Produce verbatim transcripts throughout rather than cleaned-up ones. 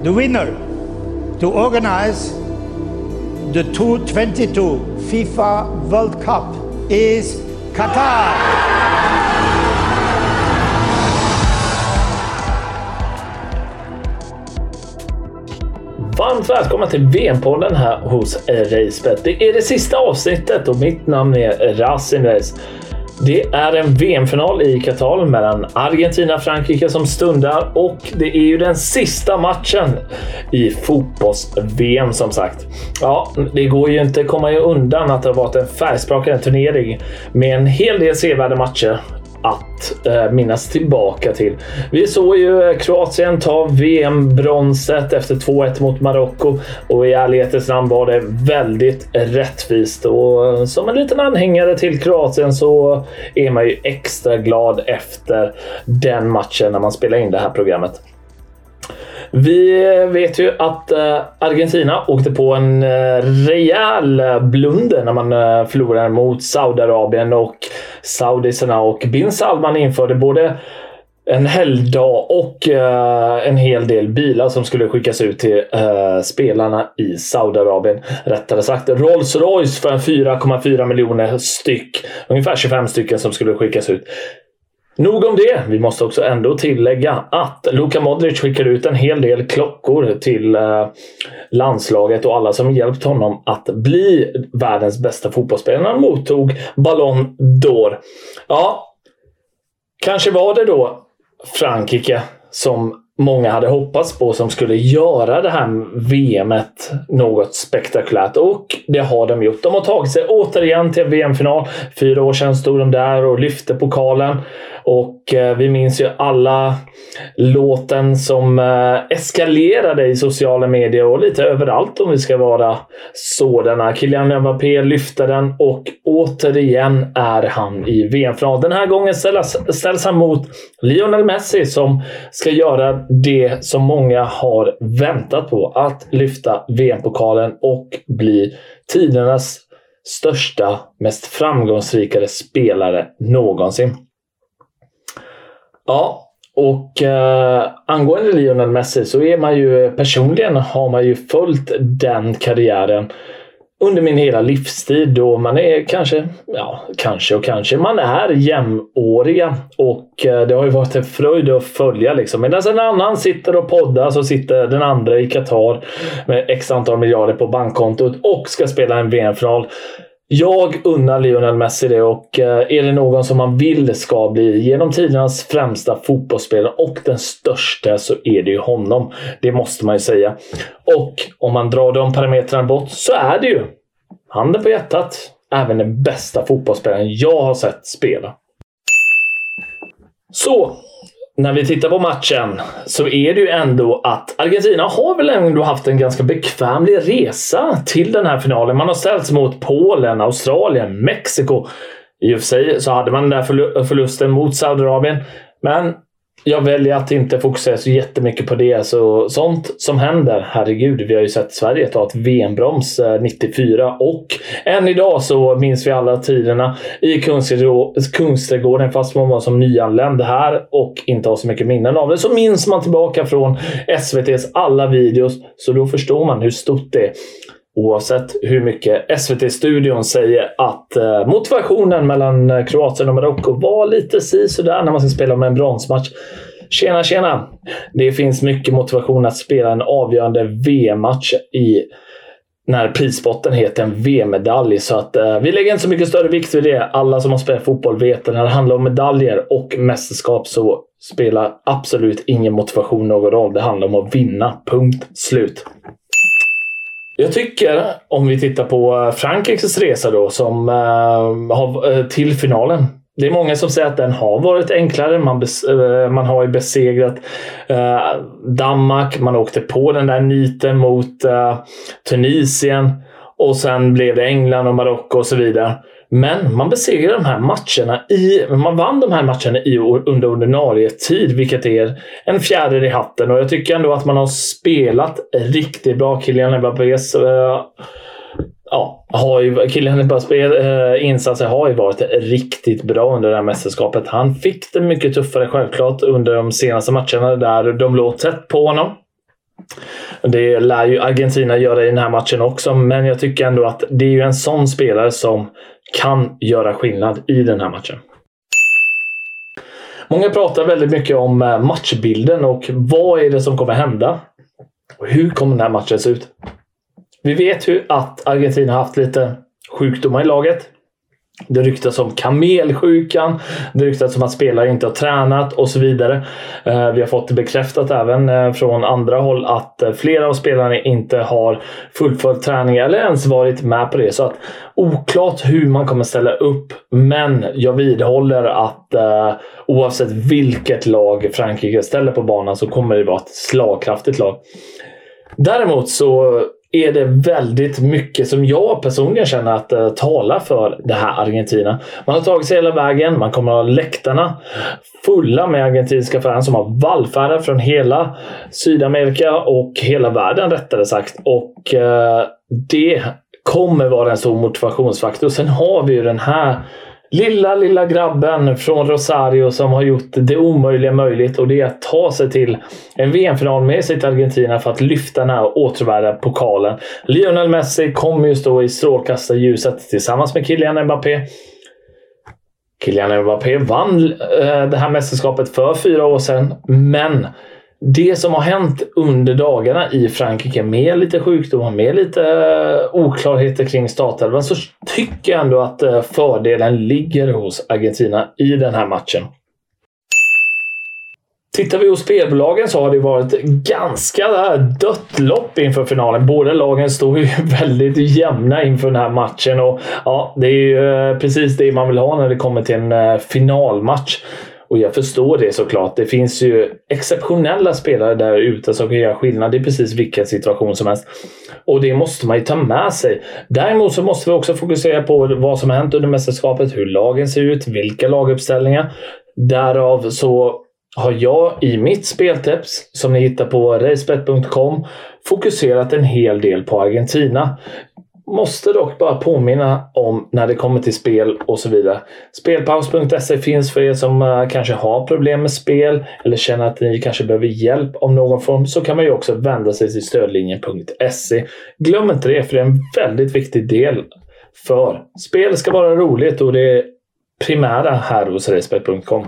The winner to organize the twenty twenty-two FIFA World Cup is Qatar. Varmt välkomna till V M-podden här hos RaceBet. Det är det sista avsnittet och mitt namn är Rasim Reis. Det är en V M-final i Qatar mellan Argentina och Frankrike som stundar, och det är ju den sista matchen i fotbolls-V M som sagt. Ja, det går ju inte komma undan att det har varit en färgsprakande turnering med en hel del sevärda matcher att äh, minnas tillbaka till. Vi såg ju Kroatien ta V M-bronset efter två ett mot Marocko, och i ärlighetens namn var det väldigt rättvist, och som en liten anhängare till Kroatien så är man ju extra glad efter den matchen när man spelar in det här programmet. Vi vet ju att Argentina åkte på en rejäl blunder när man förlorade mot Saudiarabien, och saudisarna och bin Salman införde både en helgdag och en hel del bilar som skulle skickas ut till spelarna i Saudiarabien. Rättare sagt Rolls Royce för fyra komma fyra miljoner styck. Ungefär tjugofem stycken som skulle skickas ut. Nog om det, vi måste också ändå tillägga att Luka Modric skickade ut en hel del klockor till eh, landslaget och alla som hjälpt honom att bli världens bästa fotbollsspelare. Han mottog Ballon d'Or. Ja, kanske var det då Frankrike som många hade hoppats på som skulle göra det här V M:et något spektakulärt, och det har de gjort. De har tagit sig återigen till V M-final. Fyra år sedan stod de där och lyfte pokalen, och eh, vi minns ju alla låten som eh, eskalerade i sociala medier och lite överallt, om vi ska vara sådana. Kylian Mbappé lyfte den, och återigen är han i V M-final. Den här gången ställs, ställs han mot Lionel Messi som ska göra det som många har väntat på, att lyfta V M-pokalen och bli tidernas största, mest framgångsrikare spelare någonsin. Ja, och eh, angående Lionel Messi så är man ju personligen har man ju följt den karriären under min hela livstid, då man är kanske, ja, kanske och kanske, man är jämnåriga, och eh, det har ju varit en fröjd att följa liksom. Medan en annan sitter och poddar så sitter den andra i Qatar med x antal miljarder på bankkontot och ska spela en V M-final. Jag unnar Lionel Messi det, och är det någon som man vill ska bli genom tidernas främsta fotbollsspelare och den största, så är det ju honom. Det måste man ju säga. Och om man drar de parametrarna bort så är det ju, handen på hjärtat, även den bästa fotbollsspelaren jag har sett spela. Så när vi tittar på matchen så är det ju ändå att Argentina har väl ändå haft en ganska bekvämlig resa till den här finalen. Man har ställts mot Polen, Australien, Mexiko. I och för sig så hade man den där förlusten mot Saudiarabien, men jag väljer att inte fokusera så jättemycket på det. Så sånt som händer, herregud, vi har ju sett Sverige ta ett V M-broms nittiofyra, och än idag så minns vi alla tiderna i Kungsträdgården, fast man var som nyanländ här och inte har så mycket minnen av det, så minns man tillbaka från S V T:s alla videos, så då förstår man hur stort det är. Oavsett hur mycket S V T-studion säger att eh, motivationen mellan Kroatien och Marocko var lite si sådär när man ska spela med en bronsmatch. Tjena, tjena! Det finns mycket motivation att spela en avgörande V M-match i när prisbotten heter en V M-medalj, så att eh, vi lägger inte så mycket större vikt vid det. Alla som har spelat fotboll vet att när det handlar om medaljer och mästerskap så spelar absolut ingen motivation någon roll. Det handlar om att vinna, punkt, slut. Jag tycker, om vi tittar på Frankrikes resa då, som uh, har, uh, till finalen. Det är många som säger att den har varit enklare. Man, bes, uh, man har ju besegrat uh, Danmark. Man åkte på den där niten mot uh, Tunisien. Och sen blev det England och Marocko och så vidare. Men man besegrade de här matcherna i, man vann de här matcherna i under ordinarie tid, vilket är en fjärde i hatten. Och jag tycker ändå att man har spelat riktigt bra. Kylian Mbappés uh, ja, har ju, Kylian Mbappés uh, insatser har ju varit riktigt bra under det här mästerskapet. Han fick det mycket tuffare självklart under de senaste matcherna där de låg tätt på honom. Det lär ju Argentina göra i den här matchen också, men jag tycker ändå att det är ju en sån spelare som kan göra skillnad i den här matchen. Många pratar väldigt mycket om matchbilden och vad är det som kommer hända? Och hur kommer den här matchen se ut? Vi vet ju att Argentina har haft lite sjukdomar i laget. Det ryktas om kamelsjukan, det ryktas om att spelare inte har tränat och så vidare. Vi har fått det bekräftat även från andra håll att flera av spelarna inte har fullföljt träning eller ens varit med på det. Så att oklart hur man kommer ställa upp, men jag vidhåller att eh, oavsett vilket lag Frankrike ställer på banan så kommer det vara ett slagkraftigt lag. Däremot så är det väldigt mycket som jag personligen känner att uh, tala för det här Argentina. Man har tagit sig hela vägen, man kommer att ha läktarna fulla med argentinska fans som har vallfärdat från hela Sydamerika och hela världen rättare sagt. Och uh, det kommer vara en stor motivationsfaktor. Sen har vi ju den här Lilla, lilla grabben från Rosario som har gjort det omöjliga möjligt, och det är att ta sig till en V M-final med sitt Argentina för att lyfta den här återvärda pokalen. Lionel Messi kommer ju stå i strålkastarljuset tillsammans med Kylian Mbappé. Kylian Mbappé vann äh, det här mästerskapet för fyra år sedan, men det som har hänt under dagarna i Frankrike med lite sjukdomar, med lite oklarheter kring startelvan, så tycker jag ändå att fördelen ligger hos Argentina i den här matchen. Tittar vi hos spelbolagen så har det varit ganska dött lopp inför finalen. Båda lagen står ju väldigt jämna inför den här matchen, och ja, det är ju precis det man vill ha när det kommer till en finalmatch. Och jag förstår det såklart. Det finns ju exceptionella spelare där ute som kan göra skillnad i precis vilken situation som helst. Och det måste man ju ta med sig. Däremot så måste vi också fokusera på vad som har hänt under mästerskapet. Hur lagen ser ut, vilka laguppställningar. Därav så har jag i mitt speltips som ni hittar på racebet punkt com fokuserat en hel del på Argentina. Måste dock bara påminna om när det kommer till spel och så vidare. Spelpaus punkt se finns för er som uh, kanske har problem med spel eller känner att ni kanske behöver hjälp av någon form, så kan man ju också vända sig till stödlinjen punkt se. Glöm inte det, för det är en väldigt viktig del, för spel ska vara roligt och det är primära här hos racebet punkt com.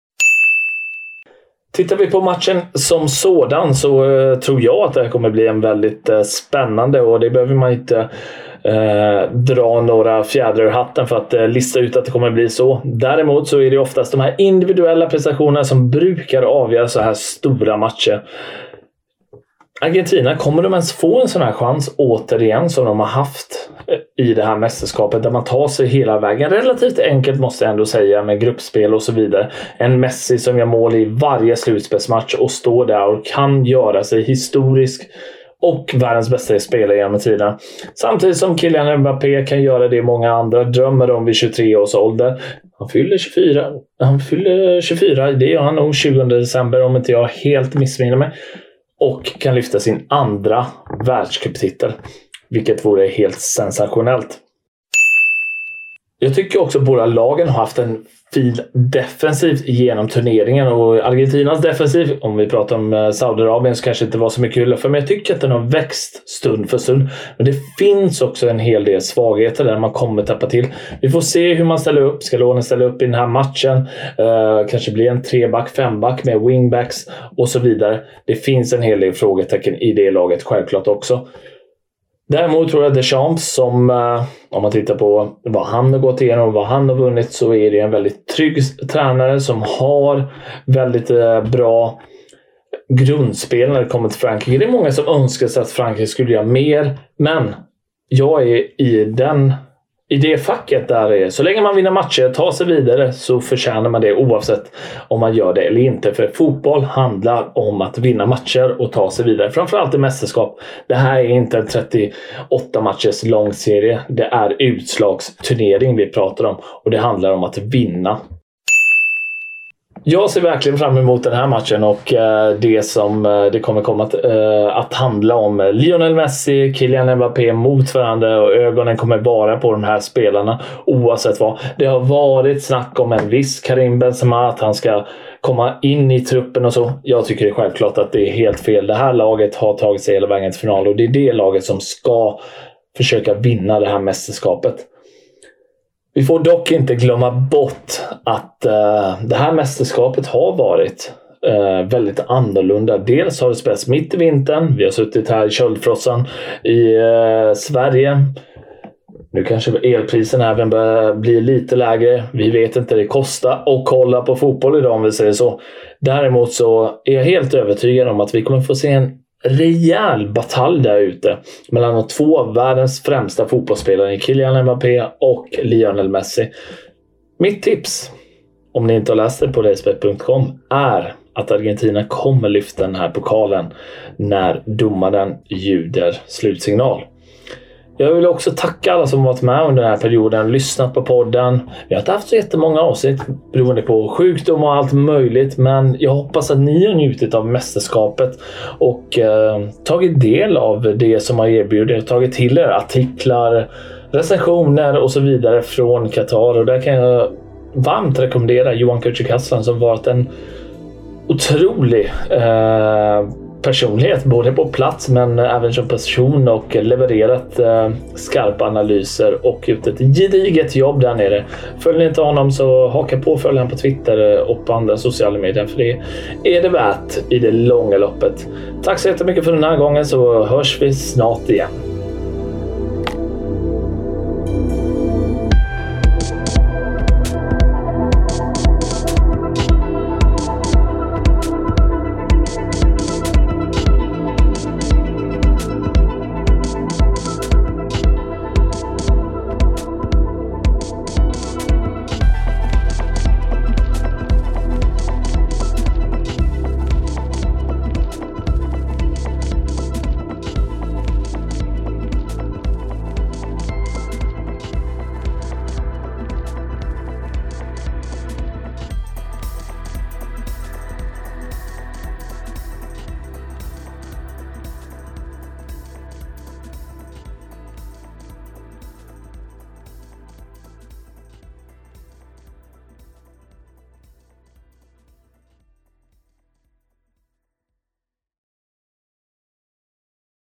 Tittar vi på matchen som sådan så uh, tror jag att det här kommer bli en väldigt uh, spännande, och det behöver man inte uh, dra några fjädrar ur hatten för att uh, lista ut att det kommer bli så. Däremot så är det oftast de här individuella prestationerna som brukar avgöra så här stora matcher. Argentina, kommer de ens få en sån här chans återigen som de har haft i det här mästerskapet, där man tar sig hela vägen? Relativt enkelt måste jag ändå säga, med gruppspel och så vidare. En Messi som gör mål i varje slutspelsmatch och står där och kan göra sig historisk och världens bästa spelare genom tiden. Samtidigt som Kylian Mbappé kan göra det många andra drömmer om vid tjugotre års ålder. Han fyller tjugofyra. Han fyller tjugofyra, det gör han nog tjugonde december om inte jag helt missminner mig. Och kan lyfta sin andra världscuptitel, vilket vore helt sensationellt. Jag tycker också att båda lagen har haft en fin defensivt genom turneringen, och Argentinas defensiv, om vi pratar om Saudiarabien, så kanske inte var så mycket hylla för, men jag tycker att den har växt stund för stund. Men det finns också en hel del svagheter där man kommer tappa till. Vi får se hur man ställer upp. Ska lånen ställa upp i den här matchen? Uh, kanske blir en treback, femback med wingbacks och så vidare. Det finns en hel del frågetecken i det laget självklart också. Däremot tror jag Deschamps, som eh, om man tittar på vad han har gått igenom och vad han har vunnit, så är det en väldigt trygg tränare som har väldigt eh, bra grundspel när det kommer till Frankrike. Det är många som önskar sig att Frankrike skulle göra mer, men jag är i den i det facket där det är. Så länge man vinner matcher, tar sig vidare, så förtjänar man det oavsett om man gör det eller inte. För fotboll handlar om att vinna matcher och ta sig vidare. Framförallt i mästerskap. Det här är inte en trettioåtta matchers lång serie. Det är utslagsturnering vi pratar om. Och det handlar om att vinna. Jag ser verkligen fram emot den här matchen och eh, det som eh, det kommer komma att, eh, att handla om. Lionel Messi, Kylian Mbappé mot varandra, och ögonen kommer vara på de här spelarna oavsett vad. Det har varit snack om en viss Karim Benzema, att han ska komma in i truppen och så. Jag tycker det är självklart att det är helt fel. Det här laget har tagit sig hela vägen till final och det är det laget som ska försöka vinna det här mästerskapet. Vi får dock inte glömma bort att uh, det här mästerskapet har varit uh, väldigt annorlunda. Dels har det spelats mitt i vintern. Vi har suttit här i köldfrossan i uh, Sverige. Nu kanske elpriserna även börjar bli lite lägre. Vi vet inte det kostar att kolla på fotboll idag om vi säger så. Däremot så är jag helt övertygad om att vi kommer få se en rejäl batalj där ute mellan de två världens främsta fotbollsspelare, Kylian Mbappé och Lionel Messi. Mitt tips, om ni inte har läst det på racebet punkt com, är att Argentina kommer lyfta den här pokalen när domaren ljuder slutsignal. Jag vill också tacka alla som varit med under den här perioden, lyssnat på podden. Vi har inte haft så jättemånga avsnitt beroende på sjukdom och allt möjligt. Men jag hoppas att ni har njutit av mästerskapet och eh, tagit del av det som har erbjudit. Tagit till er artiklar, recensioner och så vidare från Qatar. Och där kan jag varmt rekommendera Johan Kücükaslan som varit en otrolig eh, personlighet både på plats men även som person och levererat eh, skarpa analyser och gjort ett gediget jobb där nere. Följer inte honom så haka på och följ honom på Twitter och på andra sociala medier för det är det värt i det långa loppet. Tack så jättemycket för den här gången så hörs vi snart igen.